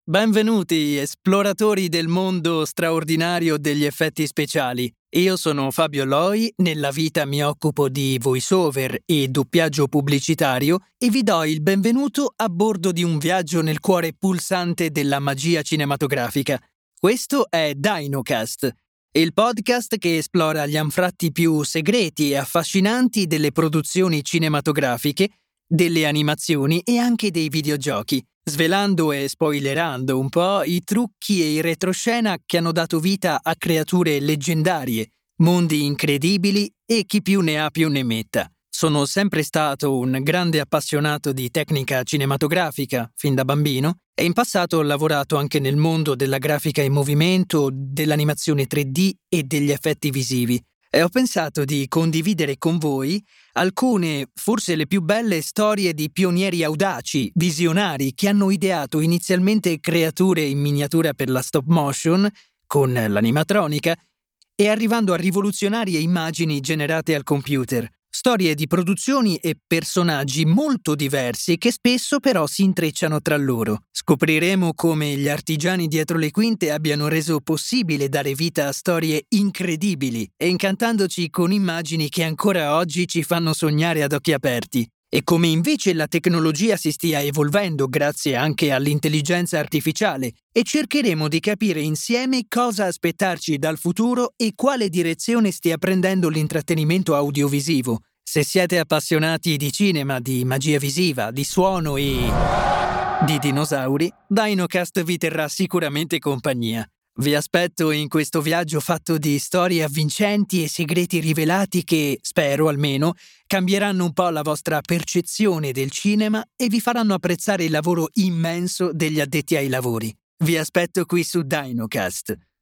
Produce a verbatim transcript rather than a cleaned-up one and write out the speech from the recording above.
Benvenuti, esploratori del mondo straordinario degli effetti speciali. Io sono Fabio Loi, nella vita mi occupo di voiceover e doppiaggio pubblicitario e vi do il benvenuto a bordo di un viaggio nel cuore pulsante della magia cinematografica. Questo è Dinocast, il podcast che esplora gli anfratti più segreti e affascinanti delle produzioni cinematografiche, delle animazioni e anche dei videogiochi, svelando e spoilerando un po' i trucchi e i retroscena che hanno dato vita a creature leggendarie, mondi incredibili e chi più ne ha più ne metta. Sono sempre stato un grande appassionato di tecnica cinematografica, fin da bambino, e in passato ho lavorato anche nel mondo della grafica in movimento, dell'animazione tre D e degli effetti visivi. E ho pensato di condividere con voi alcune, forse le più belle storie di pionieri audaci, visionari, che hanno ideato inizialmente creature in miniatura per la stop motion, con l'animatronica, e arrivando a rivoluzionarie immagini generate al computer. Storie di produzioni e personaggi molto diversi che spesso però si intrecciano tra loro. Scopriremo come gli artigiani dietro le quinte abbiano reso possibile dare vita a storie incredibili e incantandoci con immagini che ancora oggi ci fanno sognare ad occhi aperti. E come invece la tecnologia si stia evolvendo grazie anche all'intelligenza artificiale e cercheremo di capire insieme cosa aspettarci dal futuro e quale direzione stia prendendo l'intrattenimento audiovisivo. Se siete appassionati di cinema, di magia visiva, di suono e di dinosauri, Dinocast vi terrà sicuramente compagnia. Vi aspetto in questo viaggio fatto di storie avvincenti e segreti rivelati che, spero almeno, cambieranno un po' la vostra percezione del cinema e vi faranno apprezzare il lavoro immenso degli addetti ai lavori. Vi aspetto qui su Dinocast.